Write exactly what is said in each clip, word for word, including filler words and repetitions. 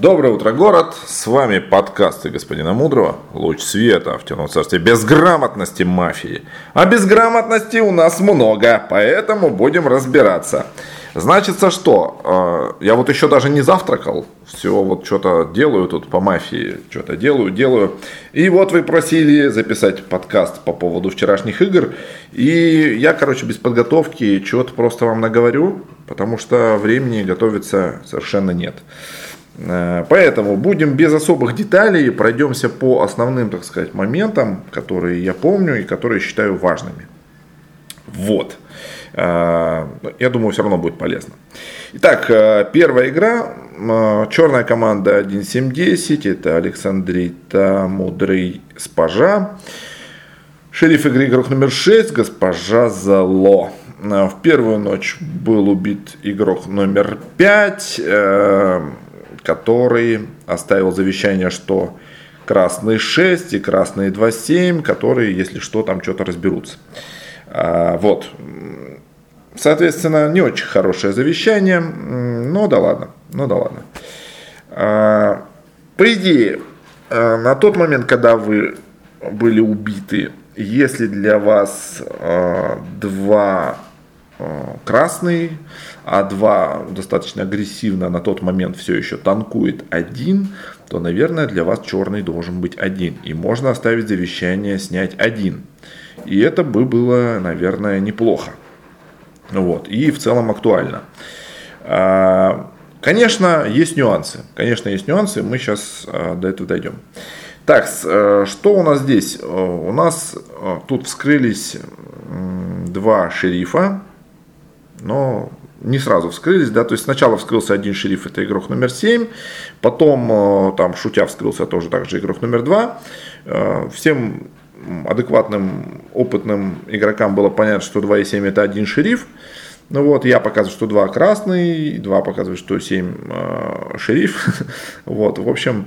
Доброе утро, город! С вами подкасты господина Мудрого. Луч света в темном царстве безграмотности мафии. А безграмотности у нас много, поэтому будем разбираться. Значится, что? Я вот еще даже не завтракал. Все вот что-то делаю тут по мафии. Что-то делаю, делаю. И вот вы просили записать подкаст по поводу вчерашних игр. И я, короче, без подготовки что-то просто вам наговорю. Потому что времени готовиться совершенно нет. Поэтому будем без особых деталей, пройдемся по основным, так сказать, моментам, которые я помню и которые считаю важными. Вот. Я думаю, все равно будет полезно. Итак, первая игра. Черная команда один семь десять. Это Александрита, Мудрый, Спажа. Шериф игры игрок номер шесть. Госпожа Зало. В первую ночь был убит игрок номер пять, который оставил завещание, что красный шесть и красный два семь, которые, если что, там что-то разберутся. Вот. Соответственно, не очень хорошее завещание, но да ладно, ну да ладно. По идее, на тот момент, когда вы были убиты, если для вас два красный, а два достаточно агрессивно на тот момент все еще танкует один, то, наверное, для вас черный должен быть один. И можно оставить завещание снять один. И это бы было, наверное, неплохо. Вот. И в целом актуально. Конечно, есть нюансы. Конечно, есть нюансы. Мы сейчас до этого дойдем. Так, что у нас здесь? У нас тут вскрылись два шерифа. Но не сразу вскрылись, да, то есть сначала вскрылся один шериф, это игрок номер семь, потом, там, шутя, вскрылся тоже также игрок номер два. Всем адекватным, опытным игрокам было понятно, что два и семь это один шериф. Ну вот, я показываю, что два красный, два показывает, что семь э, шериф. Вот, в общем...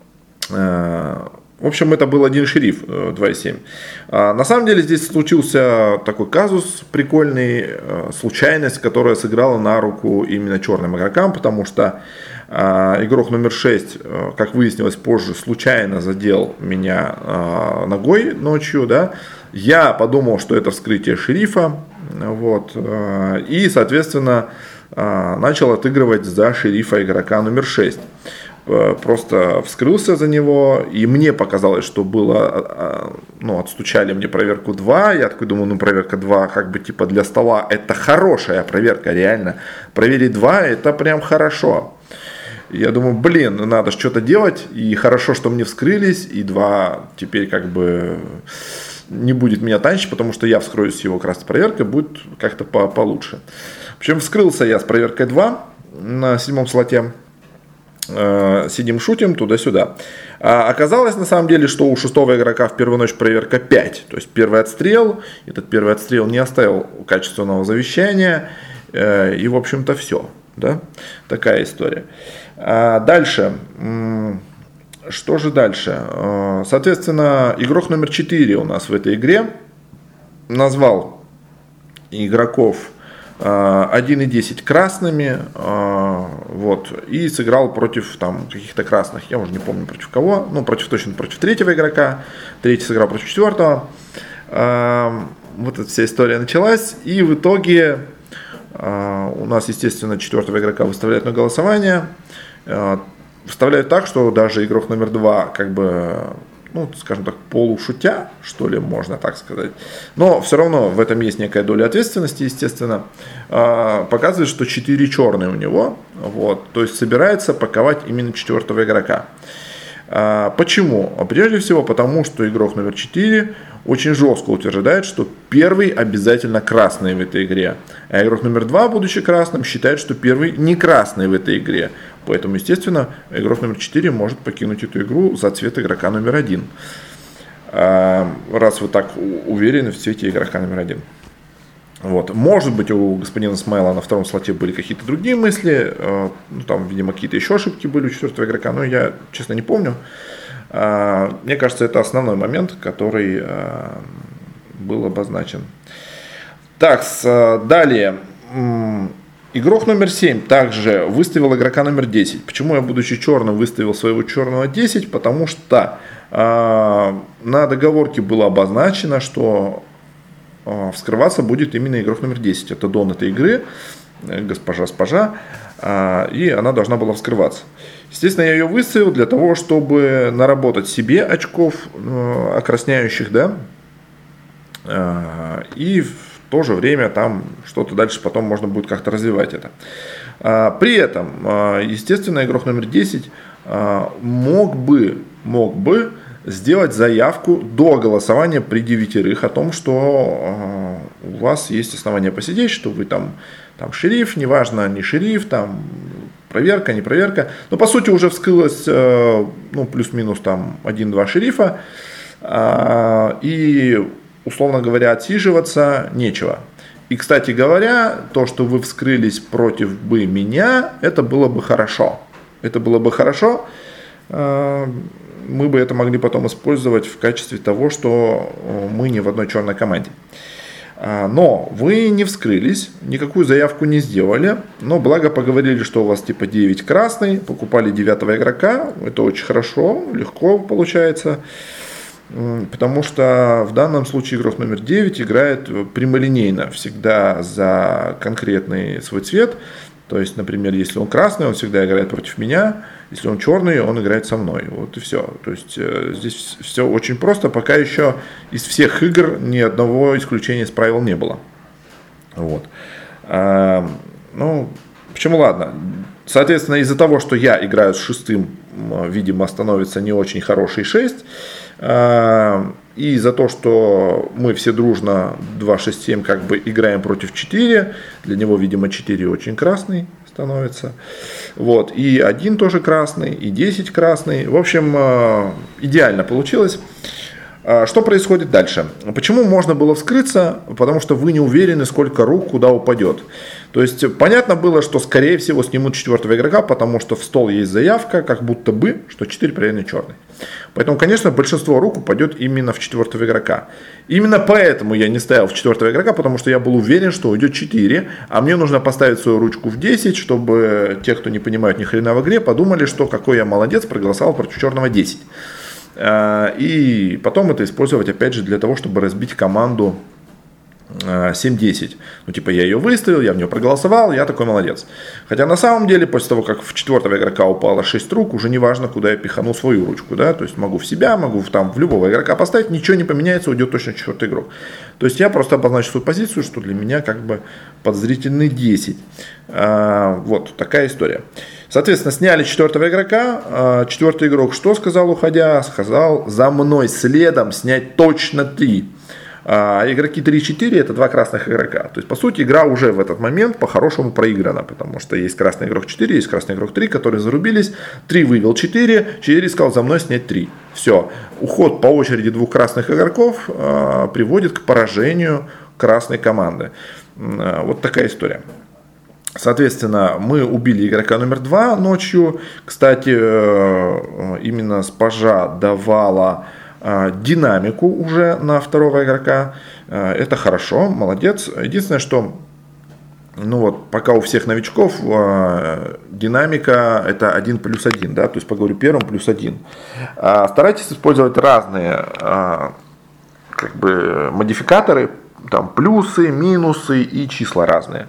Э, В общем, это был один шериф, два и семь. На самом деле здесь случился такой казус прикольный, случайность, которая сыграла на руку именно черным игрокам, потому что игрок номер шесть, как выяснилось позже, случайно задел меня ногой ночью. Да? Я подумал, что это вскрытие шерифа, вот, и, соответственно, начал отыгрывать за шерифа игрока номер шесть. Просто вскрылся за него, и мне показалось, что было, ну, отстучали мне проверку два, я такой думаю, ну, проверка два, как бы, типа, для стола, это хорошая проверка, реально, проверить два, это прям хорошо. Я думаю, блин, надо что-то делать, и хорошо, что мне вскрылись, и два теперь, как бы, не будет меня танчить, потому что я вскроюсь с его красной проверкой, будет как-то по- получше. В общем, вскрылся я с проверкой два на седьмом слоте. Сидим, шутим, туда-сюда. А оказалось на самом деле, что у шестого игрока в первую ночь проверка пять. То есть первый отстрел. Этот первый отстрел не оставил качественного завещания. И, в общем-то, все. Да? Такая история. А дальше. Что же дальше? Соответственно, игрок номер четыре у нас в этой игре назвал игроков один и десять красными, вот, и сыграл против там каких-то красных, я уже не помню против кого, ну, против, точно против третьего игрока, третий сыграл против четвертого, вот эта вся история началась, и в итоге у нас, естественно, четвертого игрока выставляют на голосование, выставляют так, что даже игрок номер два, как бы, ну, скажем так, полушутя, что ли, можно так сказать. Но все равно в этом есть некая доля ответственности, естественно. Показывает, что четыре черные у него. Вот, то есть собирается паковать именно четвертого игрока. Почему? Прежде всего потому, что игрок номер четыре очень жестко утверждает, что первый обязательно красный в этой игре. А игрок номер два, будучи красным, считает, что первый не красный в этой игре. Поэтому, естественно, игрок номер четыре может покинуть эту игру за цвет игрока номер один. Раз вы так уверены в цвете игрока номер один. Вот. Может быть, у господина Смайла на втором слоте были какие-то другие мысли. Ну, там, видимо, какие-то еще ошибки были у четвертого игрока, но я, честно, не помню. Мне кажется, это основной момент, который был обозначен. Так, далее. Игрок номер семь также выставил игрока номер десять. Почему я, будучи черным, выставил своего черного десять? Потому что э, на договорке было обозначено, что э, вскрываться будет именно игрок номер десять. Это дон этой игры, госпожа-спожа, э, и она должна была вскрываться. Естественно, я ее выставил для того, чтобы наработать себе очков э, окрасняющих, да, э, и в В то же время там что-то дальше потом можно будет как-то развивать это. При этом, естественно, игрок номер десять мог бы, мог бы сделать заявку до голосования при девятерых о том, что у вас есть основания посидеть, что вы там, там шериф, неважно, не шериф, там проверка, не проверка. Но по сути уже вскрылось, ну, плюс-минус там один-два шерифа. И, условно говоря, отсиживаться нечего. И, кстати говоря, то, что вы вскрылись против бы меня, это было бы хорошо. Это было бы хорошо. Мы бы это могли потом использовать в качестве того, что мы не в одной черной команде. Но вы не вскрылись, никакую заявку не сделали, но благо поговорили, что у вас типа девять красный, покупали девятого игрока, это очень хорошо, легко получается. Потому что в данном случае игрок номер девять играет прямолинейно, всегда за конкретный свой цвет. То есть, например, если он красный, он всегда играет против меня, если он черный, он играет со мной. Вот и все. То есть здесь все очень просто, пока еще из всех игр ни одного исключения из правил не было. Вот. А, ну, почему ладно? Соответственно, из-за того, что я играю с шестым, видимо, становится не очень хороший шесть. И за то, что мы все дружно два шесть семь как бы играем против четыре, для него, видимо, четыре очень красный становится. Вот. И один тоже красный, и десять красный. В общем, идеально получилось. Что происходит дальше? Почему можно было вскрыться? Потому что вы не уверены, сколько рук куда упадет. То есть понятно было, что скорее всего снимут четвертого игрока, потому что в стол есть заявка, как будто бы, что четыре проверенный черный. Поэтому, конечно, большинство рук упадет именно в четвертого игрока. Именно поэтому я не ставил в четвертого игрока, потому что я был уверен, что уйдет четыре, а мне нужно поставить свою ручку в десять, чтобы те, кто не понимают ни хрена в игре, подумали, что какой я молодец, проголосовал против черного десять. И потом это использовать опять же для того, чтобы разбить команду семь десять. Ну типа я ее выставил, я в нее проголосовал, я такой молодец. Хотя на самом деле после того, как в четвертого игрока упало шесть рук, уже не важно, куда я пихану свою ручку. Да? То есть могу в себя, могу в, там, в любого игрока поставить, ничего не поменяется, уйдет точно четвертый игрок. То есть я просто обозначу свою позицию, что для меня как бы подозрительный десять. А, вот такая история. Соответственно, сняли четвертого игрока. Четвертый игрок что сказал, уходя? Сказал: за мной следом снять точно три. А игроки три-четыре это два красных игрока. То есть, по сути, игра уже в этот момент по-хорошему проиграна. Потому что есть красный игрок четыре, есть красный игрок три, которые зарубились. три вывел четыре, четыре сказал: за мной снять три. Все. Уход по очереди двух красных игроков а, приводит к поражению красной команды. А, вот такая история. Соответственно, мы убили игрока номер два ночью. Кстати, именно спожа давала динамику уже на второго игрока. Это хорошо, молодец. Единственное, что ну вот, пока у всех новичков динамика это один плюс один. Да? То есть, поговорю первым плюс один. Старайтесь использовать разные как бы, модификаторы. Там плюсы, минусы и числа разные.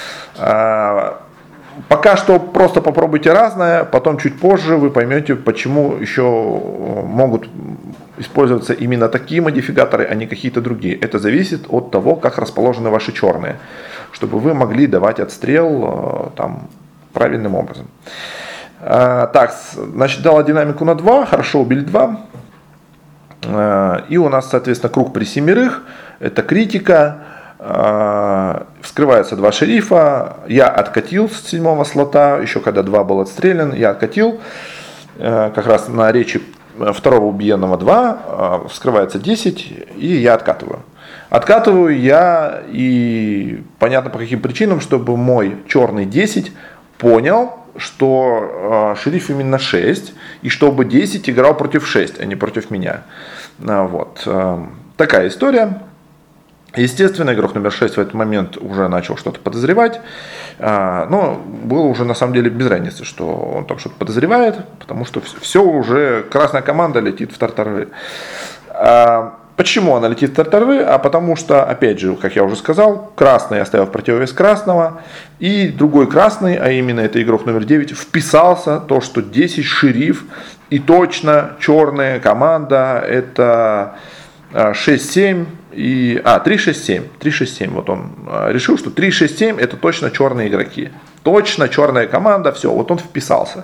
Пока что просто попробуйте разное, потом чуть позже вы поймете, почему еще могут использоваться именно такие модификаторы, а не какие-то другие. Это зависит от того, как расположены ваши черные, чтобы вы могли давать отстрел там, правильным образом. Так, значит, дала динамику на два, хорошо, убили два. И у нас, соответственно, круг при семерых, это критика. Вскрываются два шерифа. Я откатил с седьмого слота, еще когда два был отстрелян, я откатил. Как раз на речи второго убиенного два, вскрывается десять, и я откатываю. Откатываю я, и понятно по каким причинам, чтобы мой черный десять понял, что шериф именно шесть, и чтобы десять играл против шесть, а не против меня. Вот. Такая история. Естественно, игрок номер шесть в этот момент уже начал что-то подозревать, но было уже на самом деле без разницы, что он там что-то подозревает, потому что все уже, красная команда летит в тартарары. Почему она летит в тартарары? А потому что, опять же, как я уже сказал, красный оставил в противовес красного, и другой красный, а именно это игрок номер девять, вписался то, что десять шериф, и точно черная команда, это шесть семь, и, а, три шесть семь, три шесть семь, вот он решил, что три шесть семь это точно черные игроки, точно черная команда, все, вот он вписался.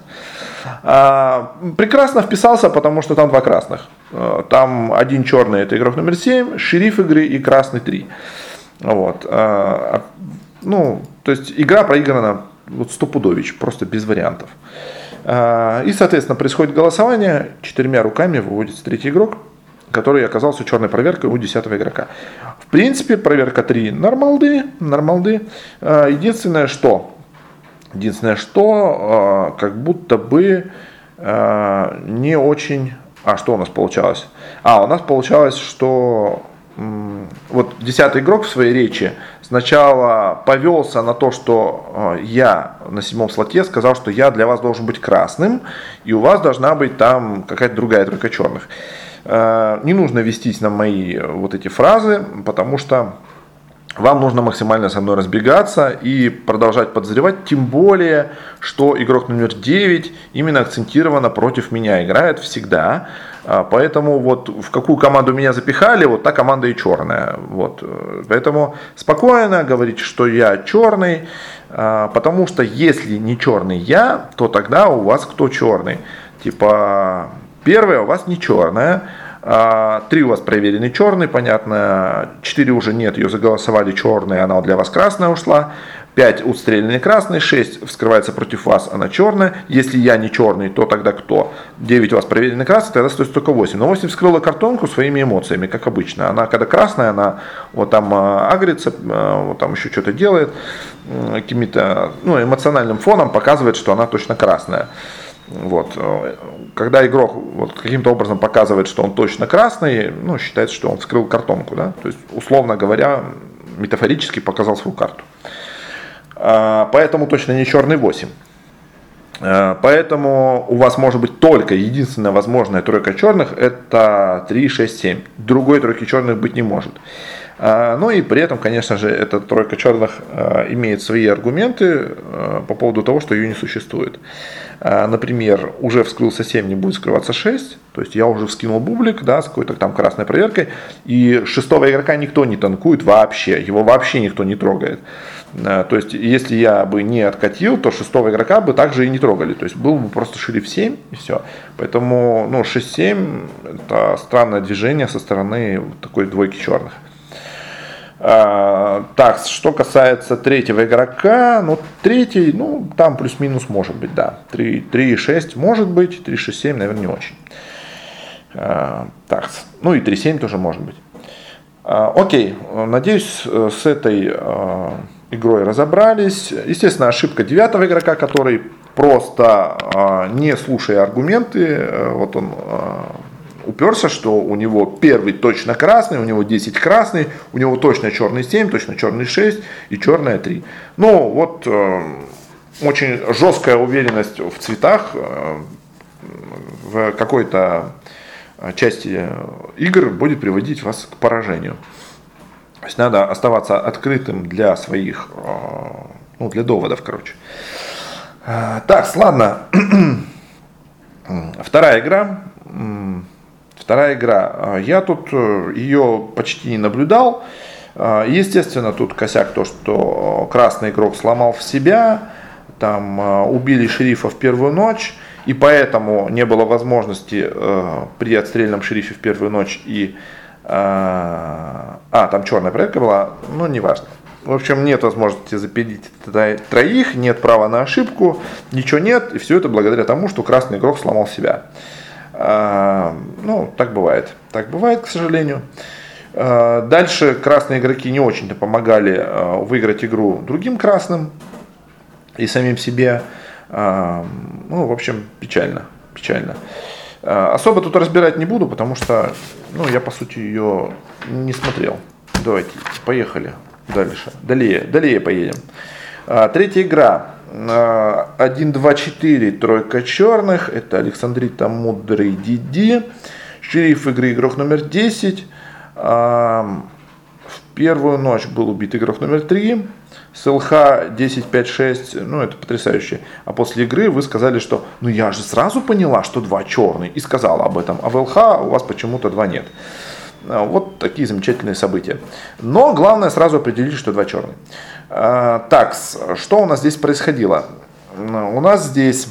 А, прекрасно вписался, потому что там два красных. Там один черный, это игрок номер семь, шериф игры и красный три. Вот. А, ну, то есть игра проиграна вот стопудович, просто без вариантов. А, и, соответственно, происходит голосование, четырьмя руками выводится третий игрок, который оказался черной проверкой у десятого игрока. В принципе, проверка три нормалды, нормалды. А, единственное, что, единственное, что, а, как будто бы а, не очень... А что у нас получалось? А, у нас получалось, что м, вот десятый игрок в своей речи сначала повелся на то, что э, я на седьмом слоте сказал, что я для вас должен быть красным, и у вас должна быть там какая-то другая тройка черных. Э, не нужно вестись на мои вот эти фразы, потому что вам нужно максимально со мной разбегаться и продолжать подозревать, тем более, что игрок номер девять именно акцентированно против меня играет всегда. Поэтому вот в какую команду меня запихали, вот та команда и черная. Вот. Поэтому спокойно говорить, что я черный, потому что если не черный я, то тогда у вас кто черный? Типа первая у вас не черная. Три у вас проверенный черный, понятно. Четыре уже нет, ее заголосовали черный, она для вас красная ушла. Пять отстрелянный красный, шесть вскрывается против вас, она черная. Если я не черный, то тогда кто? Девять у вас проверенный красный, тогда стоит только восемь. Но восемь вскрыла картонку своими эмоциями, как обычно. Она когда красная, она вот там агрится, вот там еще что-то делает, каким-то ну, эмоциональным фоном показывает, что она точно красная. Вот. Когда игрок вот, каким-то образом показывает, что он точно красный, ну, считается, что он вскрыл картонку. Да? То есть, условно говоря, метафорически показал свою карту. Поэтому точно не черный восемь. Поэтому у вас может быть только единственная возможная тройка черных, это три шесть семь. Другой тройки черных быть не может. Ну и при этом, конечно же, эта тройка черных имеет свои аргументы по поводу того, что ее не существует. Например, уже вскрылся семь, не будет скрываться шесть. То есть я уже вскинул бублик, да, с какой-то там красной проверкой. И шестого игрока никто не танкует вообще. Его вообще никто не трогает. То есть если я бы не откатил, то шестого игрока бы также и не трогали. То есть был бы просто шериф семь и все. Поэтому ну, шесть семь это странное движение со стороны такой двойки черных. А, так, что касается третьего игрока, ну третий, ну там плюс-минус может быть, да. три и шесть может быть, три шесть семь, наверное, не очень. А, так, ну и три семь тоже может быть. А, окей, надеюсь, с этой а, игрой разобрались. Естественно, ошибка девятого игрока, который просто а, не слушая аргументы, а, вот он... А, уперся, что у него первый точно красный, у него десять красный, у него точно черный семь, точно черный шесть и черная три. Ну, вот э, очень жесткая уверенность в цветах э, в какой-то части игр будет приводить вас к поражению. То есть надо оставаться открытым для своих, э, ну, для доводов, короче. Э, так, ладно. Вторая игра. Вторая игра. Я тут ее почти не наблюдал. Естественно, тут косяк то, что красный игрок сломал в себя. Там убили шерифа в первую ночь. И поэтому не было возможности при отстрельном шерифе в первую ночь и... А, там черная проверка была. Ну, неважно. В общем, нет возможности запилить троих, нет права на ошибку, ничего нет. И все это благодаря тому, что красный игрок сломал себя. Ну, так бывает. Так бывает, к сожалению. Дальше красные игроки не очень-то помогали выиграть игру другим красным и самим себе. Ну, в общем, печально. Печально. Особо тут разбирать не буду, потому что ну, я, по сути, ее не смотрел. Давайте, поехали дальше. Далее, далее поедем. А, третья игра. один, два, четыре, тройка черных. Это Александрита Мудрый Диди. Шериф игры игрок номер десять. А, в первую ночь был убит игрок номер три. С ЛХ десять, пять, шесть, ну это потрясающе. А после игры вы сказали, что ну я же сразу поняла, что два черный, и сказала об этом. А в ЛХ у вас почему-то два нет. Вот такие замечательные события. Но главное сразу определить, что два черный. Так, что у нас здесь происходило? У нас здесь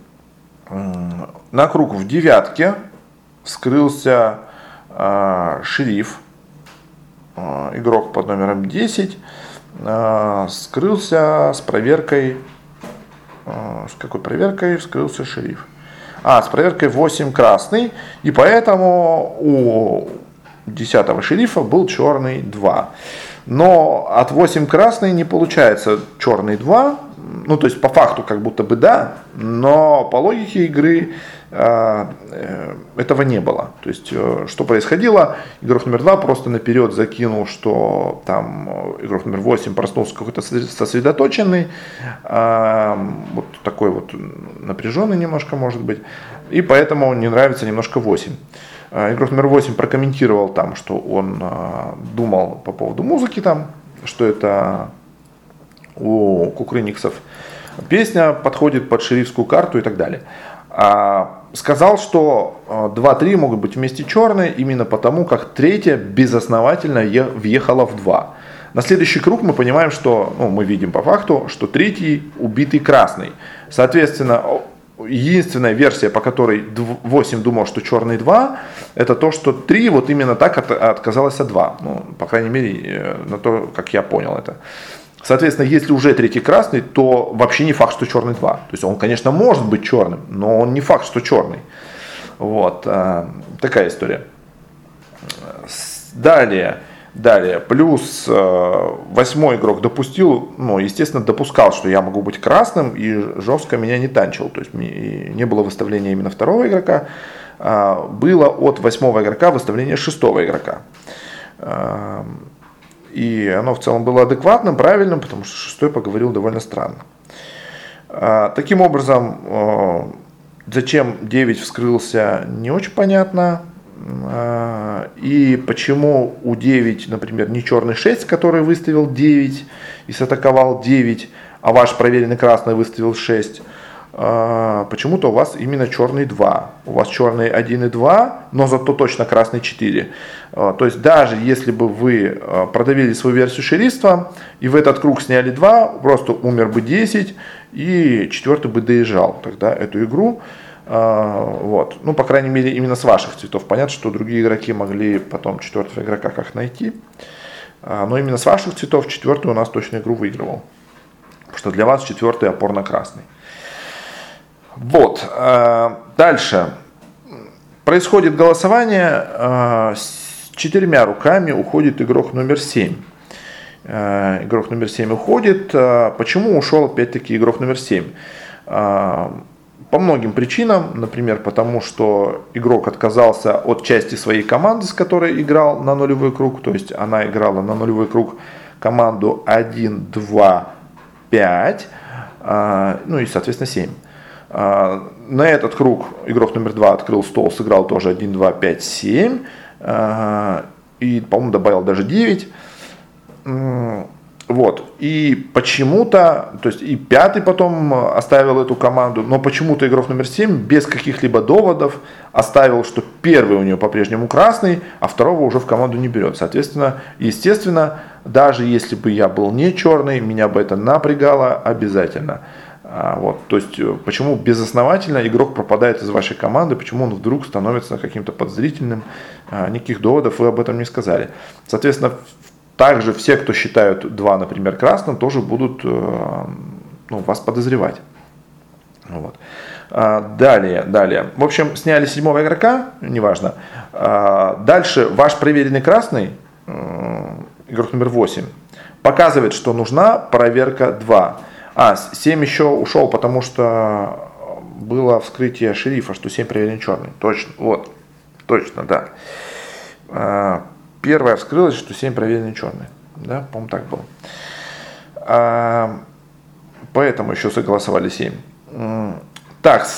на круг в девятке вскрылся шериф, игрок под номером десять. Скрылся с проверкой. С какой проверкой скрылся шериф? А, с проверкой восемь красный. И поэтому у десятого шерифа был черный два. Но от восемь красный не получается черный два. Ну, то есть по факту как будто бы да, но по логике игры э, э, этого не было. То есть э, что происходило? Игрок номер два просто наперед закинул, что там игрок номер восемь проснулся какой-то сосредоточенный, э, вот такой вот напряженный немножко может быть, и поэтому не нравится немножко восемь. Э, игрок номер восемь прокомментировал там, что он э, думал по поводу музыки там, что это у кукрыниксов песня подходит под шерифскую карту и так далее. А, сказал, что два-три могут быть вместе черные именно потому, как третья безосновательно въехала в два. На следующий круг мы понимаем, что, ну, мы видим по факту, что третий убитый красный. Соответственно, единственная версия, по которой восемь думал, что черный два, это то, что три вот именно так от, отказалась от два. Ну, по крайней мере, на то, как я понял это. Соответственно, если уже третий красный, то вообще не факт, что черный два. То есть он, конечно, может быть черным, но он не факт, что черный. Вот а, такая история. Далее, далее. Плюс а, восьмой игрок допустил, ну, естественно, допускал, что я могу быть красным, и жестко меня не танчил. То есть не было выставления именно второго игрока. А, было от восьмого игрока выставление шестого игрока. А, И оно в целом было адекватным, правильным, потому что шестой поговорил довольно странно. Таким образом, зачем девять вскрылся, не очень понятно. И почему у девять, например, не черный шесть, который выставил девять и сатаковал девять, а ваш проверенный красный выставил шесть. Почему-то у вас именно черный два. У вас черный один и два, но зато точно красный четыре. То есть даже если бы вы продавили свою версию шерифства и в этот круг сняли два, просто умер бы десять и четвертый бы доезжал тогда эту игру. Вот. Ну, по крайней мере, именно с ваших цветов. Понятно, что другие игроки могли потом четвертого игрока как найти. Но именно с ваших цветов четвертый у нас точно игру выигрывал. Потому что для вас четвертый опорно-красный. Вот, дальше происходит голосование, с четырьмя руками уходит игрок номер семь. Игрок номер семь уходит. Почему ушел опять-таки игрок номер семь? По многим причинам, например, потому что игрок отказался от части своей команды, с которой играл на нулевой круг, то есть она играла на нулевой круг команду один, два, пять, ну и соответственно семь. На этот круг игрок номер два открыл стол, сыграл тоже один, два, пять, семь. И, по-моему, добавил даже девять. Вот. И почему-то, то есть и пятый потом оставил эту команду, но почему-то игрок номер семь без каких-либо доводов оставил, что первый у нее по-прежнему красный, а второго уже в команду не берет. Соответственно, естественно, даже если бы я был не черный, меня бы это напрягало обязательно. Вот, то есть, почему безосновательно игрок пропадает из вашей команды, почему он вдруг становится каким-то подозрительным, никаких доводов вы об этом не сказали. Соответственно, также все, кто считают два, например, красным, тоже будут, ну, вас подозревать. Вот. Далее, далее. В общем, сняли седьмого игрока, неважно. Дальше ваш проверенный красный, игрок номер восемь, показывает, что нужна проверка два. А, семь еще ушел, потому что было вскрытие шерифа, что семь проверен черный. Точно, вот, точно, да. первая вскрылась, что семь проверенный черный. Да, по-моему, так было. А, поэтому еще согласовали семь. Так.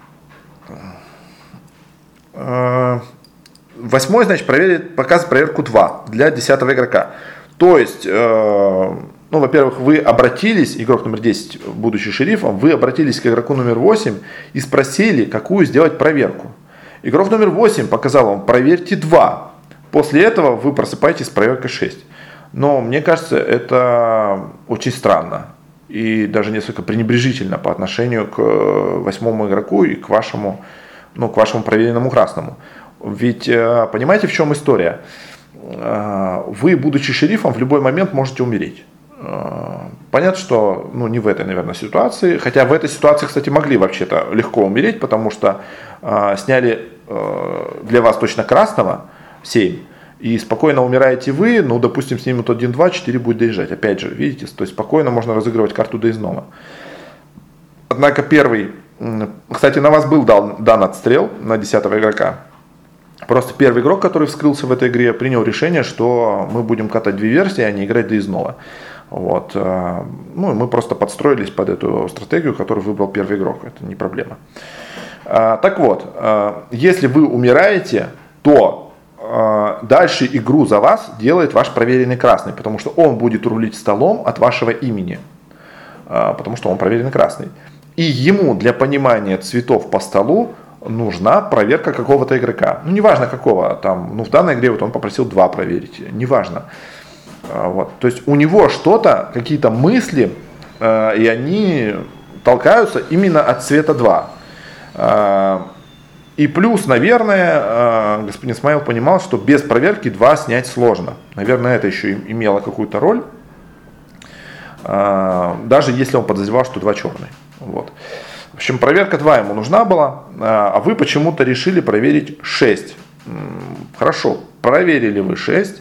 Восьмой, значит, проверит, показывает проверку два для десятого игрока. То есть, э, ну, во-первых, вы обратились, игрок номер десять, будучи шерифом, вы обратились к игроку номер восемь и спросили, какую сделать проверку. Игрок номер восемь показал вам, проверьте два. После этого вы просыпаетесь с проверкой шесть. Но мне кажется, это очень странно и даже несколько пренебрежительно по отношению к восьмому игроку и к вашему, ну, к вашему проверенному красному. Ведь понимаете, в чем история? Вы, будучи шерифом, в любой момент можете умереть. Понятно, что ну, не в этой, наверное, ситуации. Хотя в этой ситуации, кстати, могли вообще-то легко умереть, потому что э, сняли э, для вас точно красного семь. И спокойно умираете вы, ну, допустим, снимут один, два, четыре будет доезжать. Опять же, видите, то есть спокойно можно разыгрывать карту до изнома. Однако первый, кстати, на вас был дан, дан отстрел на десятого игрока. Просто первый игрок, который вскрылся в этой игре, принял решение, что мы будем катать две версии, а не играть до изнова. Вот. Ну, мы просто подстроились под эту стратегию, которую выбрал первый игрок. Это не проблема. Так вот, если вы умираете, то дальше игру за вас делает ваш проверенный красный, потому что он будет рулить столом от вашего имени, потому что он проверенный красный. И ему для понимания цветов по столу нужна проверка какого-то игрока. Ну, неважно какого. Там, ну, в данной игре вот он попросил два проверить. Неважно. Вот. То есть у него что-то, какие-то мысли, э, и они толкаются именно от цвета два. Э, и плюс, наверное, э, господин Смайл понимал, что без проверки два снять сложно. Наверное, это еще имело какую-то роль. Э, даже если он подозревал, что два черные. Вот. В общем, проверка два ему нужна была, а вы почему-то решили проверить шесть. Хорошо, проверили вы шесть.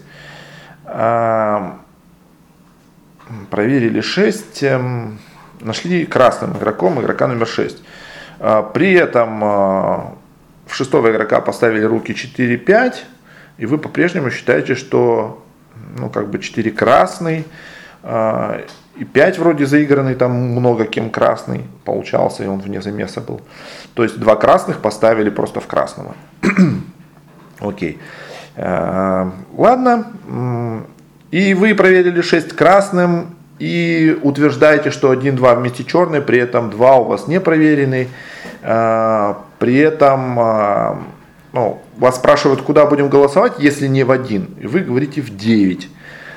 Проверили шесть, нашли красным игроком игрока номер шесть. При этом в шестого игрока поставили руки четыре пять, и вы по-прежнему считаете, что ну, как бы четыре красный, и пять вроде заигранный, там много кем красный получался, и он вне замеса был. То есть два красных поставили просто в красного. Окей. Ладно. И вы проверили шесть красным и утверждаете, что один два вместе черный, при этом два у вас не проверенный. При этом ну, вас спрашивают, куда будем голосовать, если не в один. И вы говорите в девять.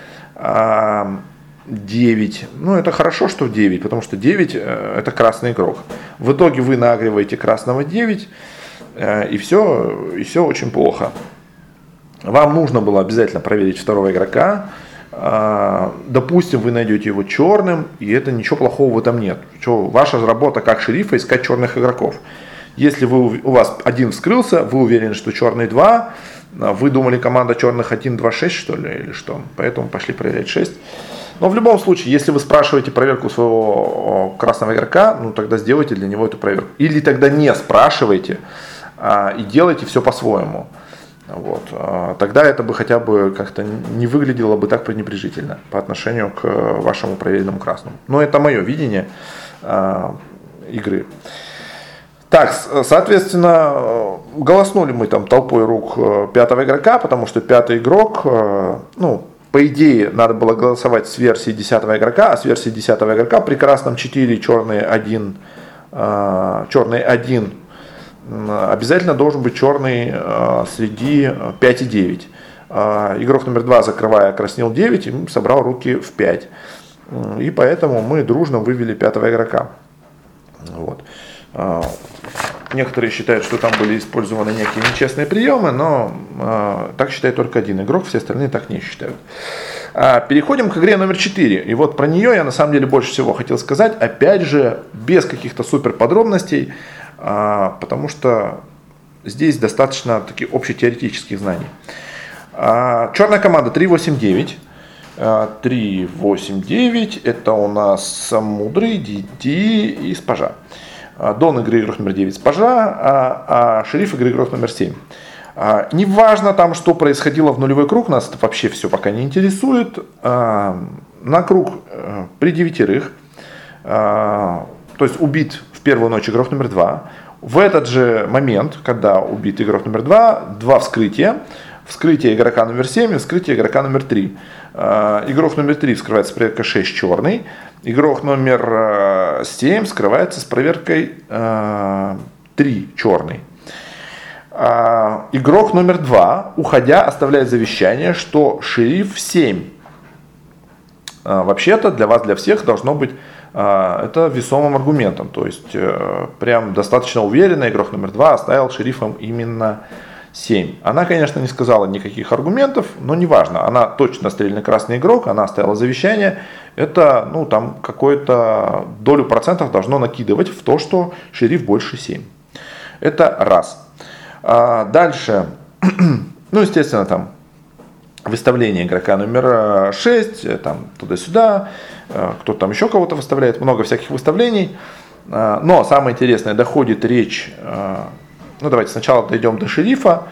девять. Ну, это хорошо, что в девять, потому что девять это красный игрок. В итоге вы нагреваете красного девять, и все, и все очень плохо. Вам нужно было обязательно проверить второго игрока. Допустим, вы найдете его черным, и это ничего плохого в этом нет. Что, ваша работа как шерифа искать черных игроков. Если вы, у вас один вскрылся, вы уверены, что черный два, вы думали, команда черных один, два, шесть, что ли, или что, поэтому пошли проверять шесть. Но в любом случае, если вы спрашиваете проверку своего красного игрока, ну тогда сделайте для него эту проверку. Или тогда не спрашивайте а, и делайте все по-своему. Вот. А, тогда это бы хотя бы как-то не выглядело бы так пренебрежительно по отношению к вашему проверенному красному. Но это мое видение а, игры. Так, соответственно, голоснули мы там толпой рук пятого игрока, потому что пятый игрок, ну, по идее, надо было голосовать с версии десятого игрока, а с версии десятого игрока при красном четыре, черный один, черный один обязательно должен быть черный среди пять и девять. Игрок номер два, закрывая, краснил девять и собрал руки в пять. И поэтому мы дружно вывели пятого игрока. Вот. Некоторые считают, что там были использованы некие нечестные приемы, но э, так считает только один игрок, все остальные так не считают. А, переходим к игре номер четыре. И вот про нее я на самом деле больше всего хотел сказать, опять же, без каких-то супер подробностей, э, потому что здесь достаточно таких общетеоретических знаний. А, черная команда три восемь девять. три восемь девять это у нас Мудрый, Диди и Спажа. Дон игры игрок номер девять Спажа, а, а шериф игры игрок номер семь. А, неважно там, что происходило в нулевой круг, нас это вообще все пока не интересует. А, на круг а, при девятерых, а, то есть убит в первую ночь игрок номер два. В этот же момент, когда убит игрок номер два, два вскрытия. Вскрытие игрока номер семь и вскрытие игрока номер три. А, игрок номер три вскрывается с проверкой шесть черный. Игрок номер семь скрывается с проверкой а, три черный. А, игрок номер два, уходя, оставляет завещание, что шериф семь. А, вообще-то для вас, для всех должно быть а, это весомым аргументом. То есть а, прям достаточно уверенно игрок номер два оставил шерифом именно семь. Она, конечно, не сказала никаких аргументов, но неважно. Она точно стрельный красный игрок, она оставила завещание. Это, ну, там какую-то долю процентов должно накидывать в то, что шериф больше семь. Это раз. А дальше, ну, естественно, там выставление игрока номер шесть, там туда-сюда, кто-то там еще кого-то выставляет, много всяких выставлений. Но самое интересное, доходит речь, ну, давайте сначала дойдем до шерифа.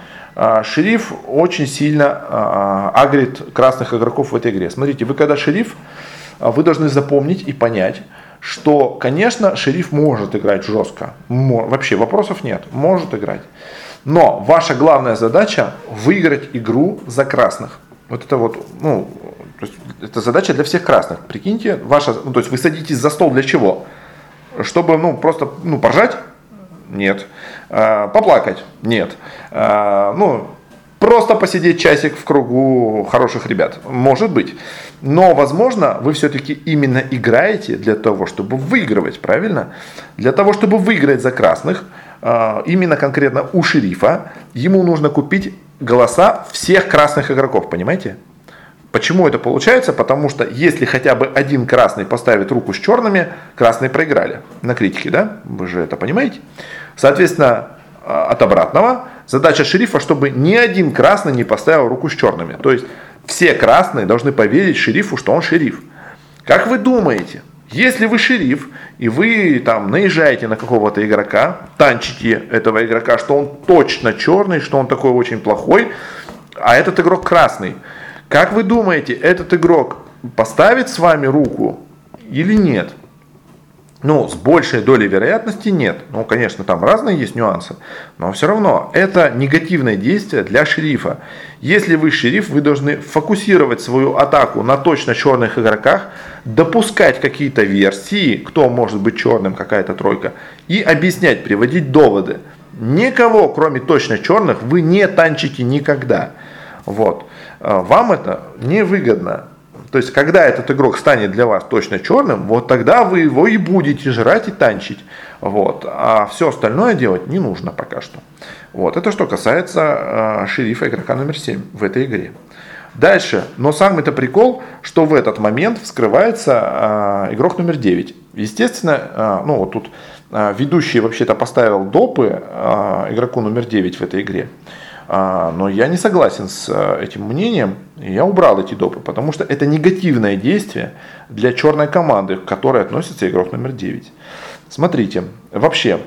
Шериф очень сильно агрит красных игроков в этой игре. Смотрите, вы когда шериф, вы должны запомнить и понять, что, конечно, шериф может играть жестко. Вообще вопросов нет, может играть. Но ваша главная задача выиграть игру за красных. Вот это вот, ну, то есть это задача для всех красных. Прикиньте, ваша, ну, то есть вы садитесь за стол для чего? Чтобы, ну, просто, ну, поржать? Нет. А, поплакать? Нет. А, ну, просто посидеть часик в кругу хороших ребят. Может быть. Но, возможно, вы все-таки именно играете для того, чтобы выигрывать, правильно? Для того, чтобы выиграть за красных, именно конкретно у шерифа, ему нужно купить голоса всех красных игроков, понимаете? Почему это получается? Потому что если хотя бы один красный поставит руку с черными, красные проиграли на критике, да? Вы же это понимаете? Соответственно, от обратного, задача шерифа, чтобы ни один красный не поставил руку с черными. То есть все красные должны поверить шерифу, что он шериф. Как вы думаете, если вы шериф, и вы там наезжаете на какого-то игрока, танчите этого игрока, что он точно черный, что он такой очень плохой, а этот игрок красный, как вы думаете, этот игрок поставит с вами руку или нет? Ну, с большей долей вероятности нет. Ну, конечно, там разные есть нюансы, но все равно это негативное действие для шерифа. Если вы шериф, вы должны фокусировать свою атаку на точно черных игроках, допускать какие-то версии, кто может быть черным, какая-то тройка, и объяснять, приводить доводы. Никого, кроме точно черных, вы не танчите никогда. Вот. Вам это невыгодно. То есть, когда этот игрок станет для вас точно черным, вот тогда вы его и будете жрать и танчить. Вот. А все остальное делать не нужно пока что. Вот. Это что касается э, шерифа игрока номер семь в этой игре. Дальше. Но самый-то прикол, что в этот момент вскрывается э, игрок номер девять. Естественно, э, ну вот тут э, ведущий вообще-то поставил допы э, игроку номер девять в этой игре. Но я не согласен с этим мнением, и я убрал эти допы, потому что это негативное действие для черной команды, к которой относится игрок номер девять. Смотрите, вообще,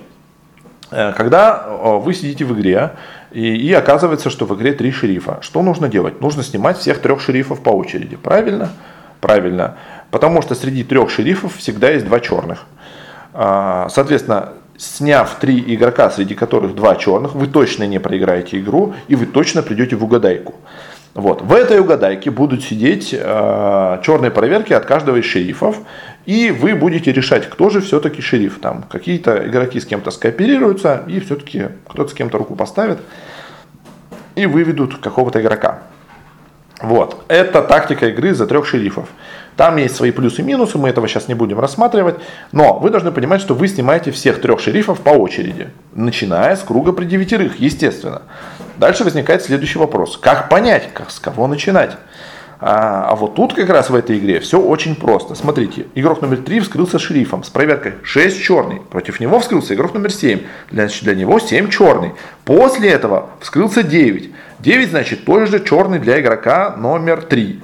когда вы сидите в игре, и, и оказывается, что в игре три шерифа, что нужно делать? Нужно снимать всех трех шерифов по очереди, правильно? Правильно, потому что среди трех шерифов всегда есть два черных. Соответственно, сняв три игрока, среди которых два черных, вы точно не проиграете игру, и вы точно придете в угадайку. Вот. В этой угадайке будут сидеть э, черные проверки от каждого из шерифов, и вы будете решать, кто же все-таки шериф. Там какие-то игроки с кем-то скооперируются, и все-таки кто-то с кем-то руку поставит, и выведут какого-то игрока. Вот. Это тактика игры за трех шерифов. Там есть свои плюсы и минусы, мы этого сейчас не будем рассматривать. Но вы должны понимать, что вы снимаете всех трех шерифов по очереди. Начиная с круга при девятерых, естественно. Дальше возникает следующий вопрос. Как понять, как, с кого начинать? А, а вот тут как раз в этой игре все очень просто. Смотрите, игрок номер три вскрылся шерифом с проверкой шесть черный. Против него вскрылся игрок номер семь. Значит, для него семь черный. После этого вскрылся девять. девять, значит, тоже черный для игрока номер три.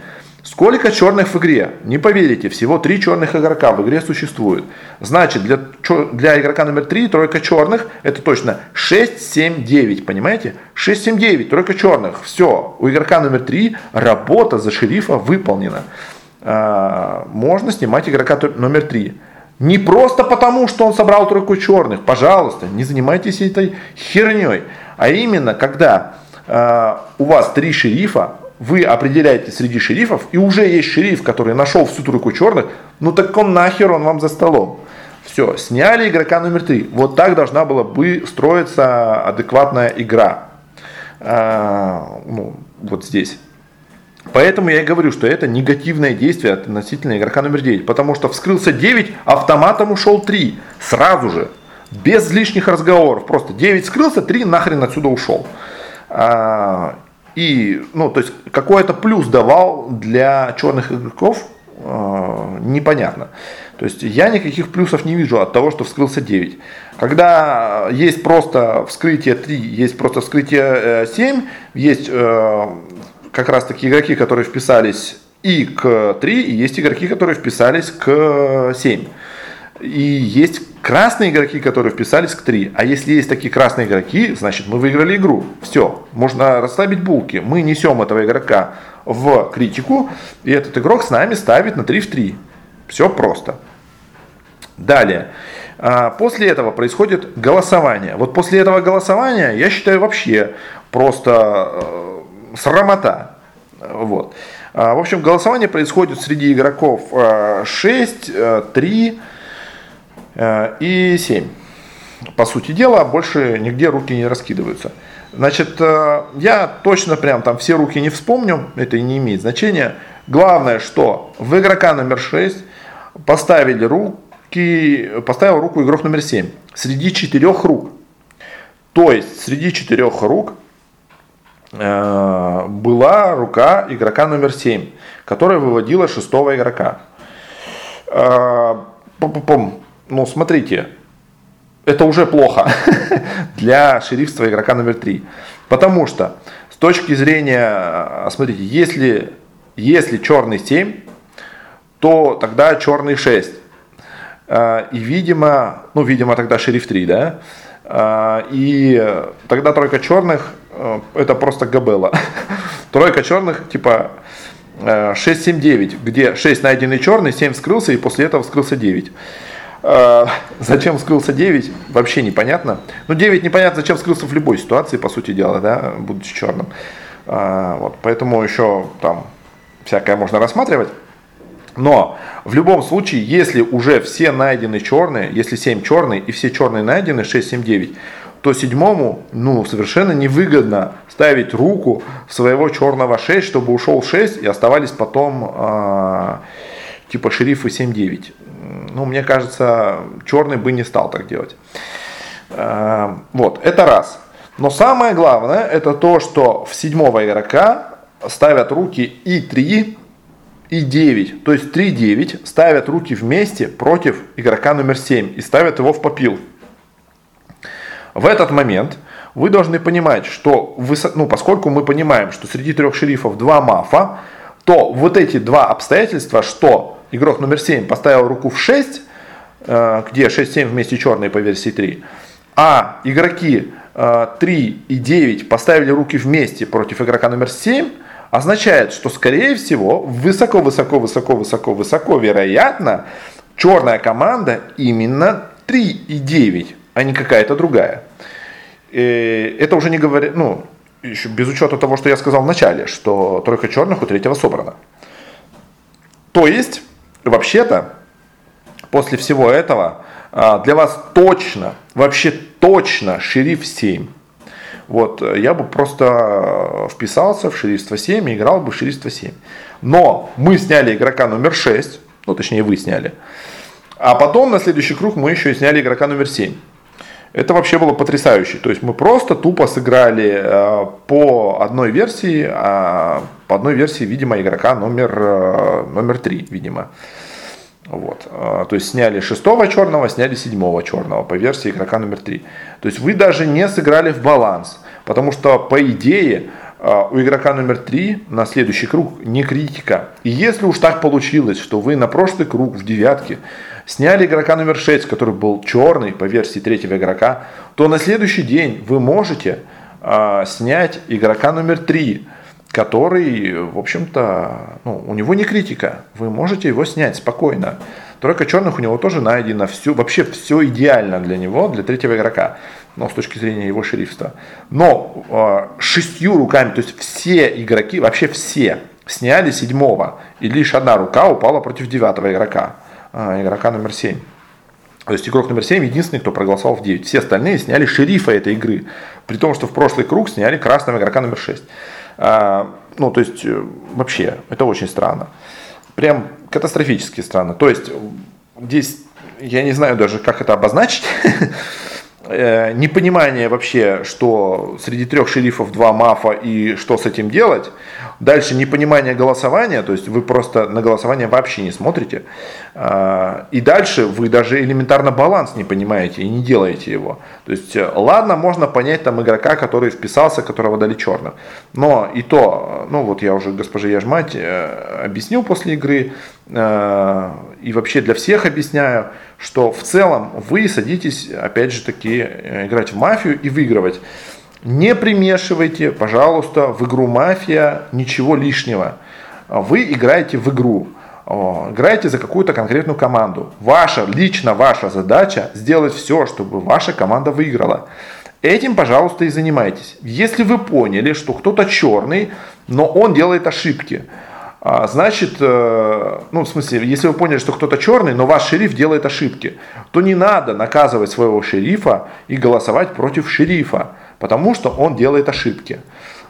Сколько черных в игре? Не поверите, всего три черных игрока в игре существует. Значит, для, для игрока номер три тройка черных это точно шесть, семь, девять. Понимаете? шесть, семь, девять, тройка черных. Все, у игрока номер три работа за шерифа выполнена. А, можно снимать игрока номер три. Не просто потому, что он собрал тройку черных. Пожалуйста, не занимайтесь этой херней. А именно, когда а, у вас три шерифа, вы определяете среди шерифов, и уже есть шериф, который нашел всю тройку черных, ну так он нахер, он вам за столом. Все, сняли игрока номер три. Вот так должна была бы строиться адекватная игра. А, ну, вот здесь. Поэтому я и говорю, что это негативное действие относительно игрока номер девять. Потому что вскрылся девять, автоматом ушел три. Сразу же. Без лишних разговоров. Просто девять скрылся, три нахрен отсюда ушел. А, И, ну, то есть, какой-то плюс давал для черных игроков, э, непонятно. То есть, я никаких плюсов не вижу от того, что вскрылся девять. Когда есть просто вскрытие три, есть просто вскрытие э, семь, есть э, как раз таки игроки, которые вписались и к три, и есть игроки, которые вписались к семь. И есть красные игроки, которые вписались к три. А если есть такие красные игроки, значит мы выиграли игру. Все, можно расслабить булки. Мы несем этого игрока в критику, и этот игрок с нами ставит на три в три. Все просто. Далее. После этого происходит голосование. Вот после этого голосования, я считаю, вообще просто срамота. Вот. В общем, голосование происходит среди игроков шесть, три и семь. По сути дела, больше нигде руки не раскидываются. Значит, я точно прям там все руки не вспомню, это и не имеет значения. Главное, что в игрока номер шесть поставили руки, поставил руку игрок номер семь среди четырех рук. То есть среди четырех рук э, была рука игрока номер семь, которая выводила шестого игрока. Э, пум-пум-пум. Ну, смотрите, это уже плохо для шерифства игрока номер три. Потому что с точки зрения, смотрите, если, если черный семь, то тогда черный шесть. И, видимо, ну, видимо, тогда шериф три, да? И тогда тройка черных, это просто габела. Тройка черных, типа шесть, семь, девять, где шесть найденный черный, семь вскрылся, и после этого вскрылся девять. Зачем вскрылся девять, вообще непонятно. Ну, девять непонятно, зачем вскрылся в любой ситуации, по сути дела, да, будучи черным. Вот, поэтому еще там всякое можно рассматривать. Но в любом случае, если уже все найдены черные, если семь черные и все черные найдены, шесть, семь, девять, то седьмому, ну, совершенно невыгодно ставить руку своего черного шесть, чтобы ушел шесть и оставались потом э, типа шерифы семь, девять. Ну, мне кажется, черный бы не стал так делать. Э, вот, это раз. Но самое главное, это то, что в седьмого игрока ставят руки и три, и девять. То есть три, девять ставят руки вместе против игрока номер семь и ставят его в попил. В этот момент вы должны понимать, что вы, ну, поскольку мы понимаем, что среди трех шерифов два мафа, то вот эти два обстоятельства, что игрок номер семь поставил руку в шесть, где шесть, семь вместе черные по версии три, а игроки три и девять поставили руки вместе против игрока номер семь, означает, что, скорее всего, высоко-высоко-высоко-высоко-высоко вероятно, черная команда именно три и девять, а не какая-то другая. И это уже не говоря, ну, еще без учета того, что я сказал в начале, что тройка черных у третьего собрана. То есть, вообще-то, после всего этого, для вас точно, вообще точно шериф семь. Вот, я бы просто вписался в шерифство семь и играл бы в шерифство семь. Но мы сняли игрока номер шесть, ну точнее вы сняли, а потом на следующий круг мы еще и сняли игрока номер семь. Это вообще было потрясающе. То есть мы просто тупо сыграли э, по одной версии, а по одной версии, видимо, игрока номер, э, номер три, видимо. Вот. То есть сняли шестого черного, сняли седьмого черного по версии игрока номер три. То есть вы даже не сыграли в баланс. Потому что по идее у игрока номер три на следующий круг не критика. И если уж так получилось, что вы на прошлый круг в девятке сняли игрока номер шесть, который был черный по версии третьего игрока, то на следующий день вы можете э, снять игрока номер три, который, в общем-то, ну, у него не критика. Вы можете его снять спокойно. Тройка черных у него тоже найдена. Все, вообще все идеально для него, для третьего игрока. Но с точки зрения его шерифства. Но э, шестью руками, то есть все игроки, вообще все, сняли седьмого. И лишь одна рука упала против девятого игрока. Э, игрока номер семь. То есть игрок номер семь единственный, кто проголосовал в девять. Все остальные сняли шерифа этой игры. При том, что в прошлый круг сняли красного игрока номер шесть. Э, ну, то есть, э, вообще, это очень странно. Прям катастрофически странно. То есть, здесь, я не знаю даже, как это обозначить. Непонимание вообще, что среди трех шерифов два мафа и что с этим делать. Дальше непонимание голосования, то есть вы просто на голосование вообще не смотрите. И дальше вы даже элементарно баланс не понимаете и не делаете его. То есть ладно, можно понять там игрока, который вписался, которого дали черным. Но и то, ну вот я уже госпоже Яжмать объяснил после игры, и вообще для всех объясняю, что в целом вы садитесь, опять же таки, играть в мафию и выигрывать. Не примешивайте, пожалуйста, в игру мафия ничего лишнего. Вы играете в игру, играете за какую-то конкретную команду. Ваша, лично ваша задача сделать все, чтобы ваша команда выиграла. Этим, пожалуйста, и занимайтесь. Если вы поняли, что кто-то черный, но он делает ошибки, значит, ну, в смысле, если вы поняли, что кто-то черный, но ваш шериф делает ошибки, то не надо наказывать своего шерифа и голосовать против шерифа, потому что он делает ошибки.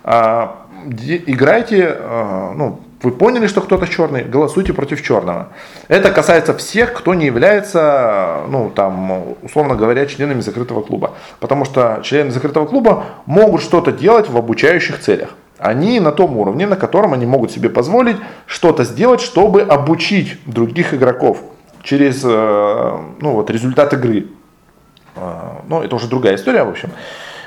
Играйте, ну, вы поняли, что кто-то черный, голосуйте против черного. Это касается всех, кто не является, ну, там, условно говоря, членами закрытого клуба. Потому что члены закрытого клуба могут что-то делать в обучающих целях. Они на том уровне, на котором они могут себе позволить что-то сделать, чтобы обучить других игроков через, ну, вот, результат игры. Ну, это уже другая история, в общем.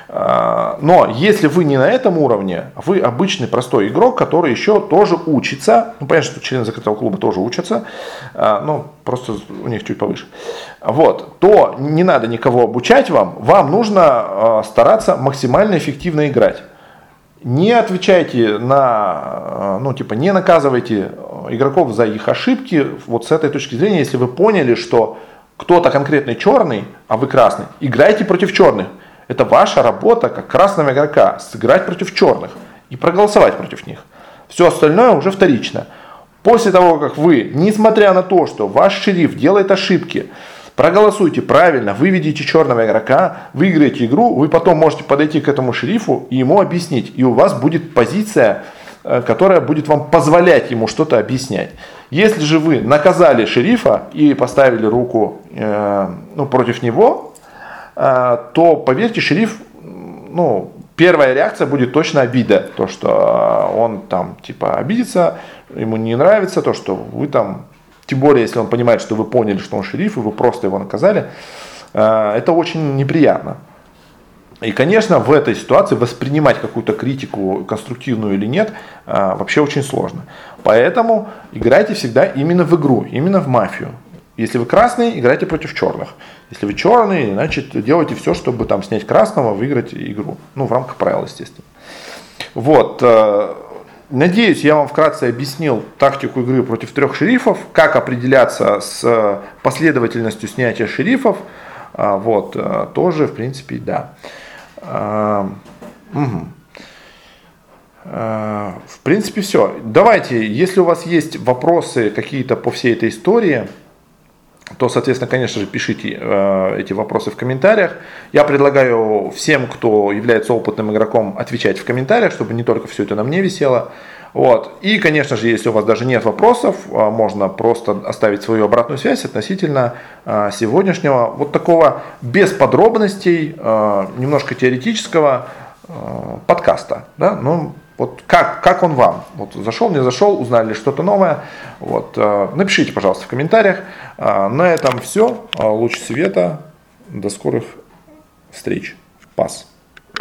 Но если вы не на этом уровне, вы обычный простой игрок, который еще тоже учится, ну понятно, что члены закрытого клуба тоже учатся, но просто у них чуть повыше, вот, то не надо никого обучать вам, вам нужно стараться максимально эффективно играть. Не отвечайте на, ну типа не наказывайте игроков за их ошибки, вот с этой точки зрения, если вы поняли, что кто-то конкретный черный, а вы красный, играйте против черных. Это ваша работа как красного игрока, сыграть против черных и проголосовать против них. Все остальное уже вторично. После того, как вы, несмотря на то, что ваш шериф делает ошибки, проголосуйте правильно, выведите черного игрока, выиграете игру, вы потом можете подойти к этому шерифу и ему объяснить. И у вас будет позиция, которая будет вам позволять ему что-то объяснять. Если же вы наказали шерифа и поставили руку э, ну, против него, то, поверьте, шериф, ну, первая реакция будет точно обида. То, что он там, типа, обидится, ему не нравится, то, что вы там, тем более, если он понимает, что вы поняли, что он шериф, и вы просто его наказали, это очень неприятно. И, конечно, в этой ситуации воспринимать какую-то критику, конструктивную или нет, вообще очень сложно. Поэтому играйте всегда именно в игру, именно в мафию. Если вы красный, играйте против черных. Если вы черный, значит делайте все, чтобы там снять красного, выиграть игру. Ну, в рамках правил, естественно. Вот. Надеюсь, я вам вкратце объяснил тактику игры против трех шерифов, как определяться с последовательностью снятия шерифов. Вот. Тоже, в принципе, да. Угу. В принципе, все. Давайте, если у вас есть вопросы какие-то по всей этой истории, то, соответственно, конечно же, пишите э, эти вопросы в комментариях. Я предлагаю всем, кто является опытным игроком, отвечать в комментариях, чтобы не только все это на мне висело. Вот. И, конечно же, если у вас даже нет вопросов, э, можно просто оставить свою обратную связь относительно э, сегодняшнего вот такого без подробностей, э, немножко теоретического э, подкаста. Да? Ну, вот как, как он вам? Вот зашел, не зашел, узнали что-то новое. Вот, напишите, пожалуйста, в комментариях. На этом все. Луч света. До скорых встреч. Пас.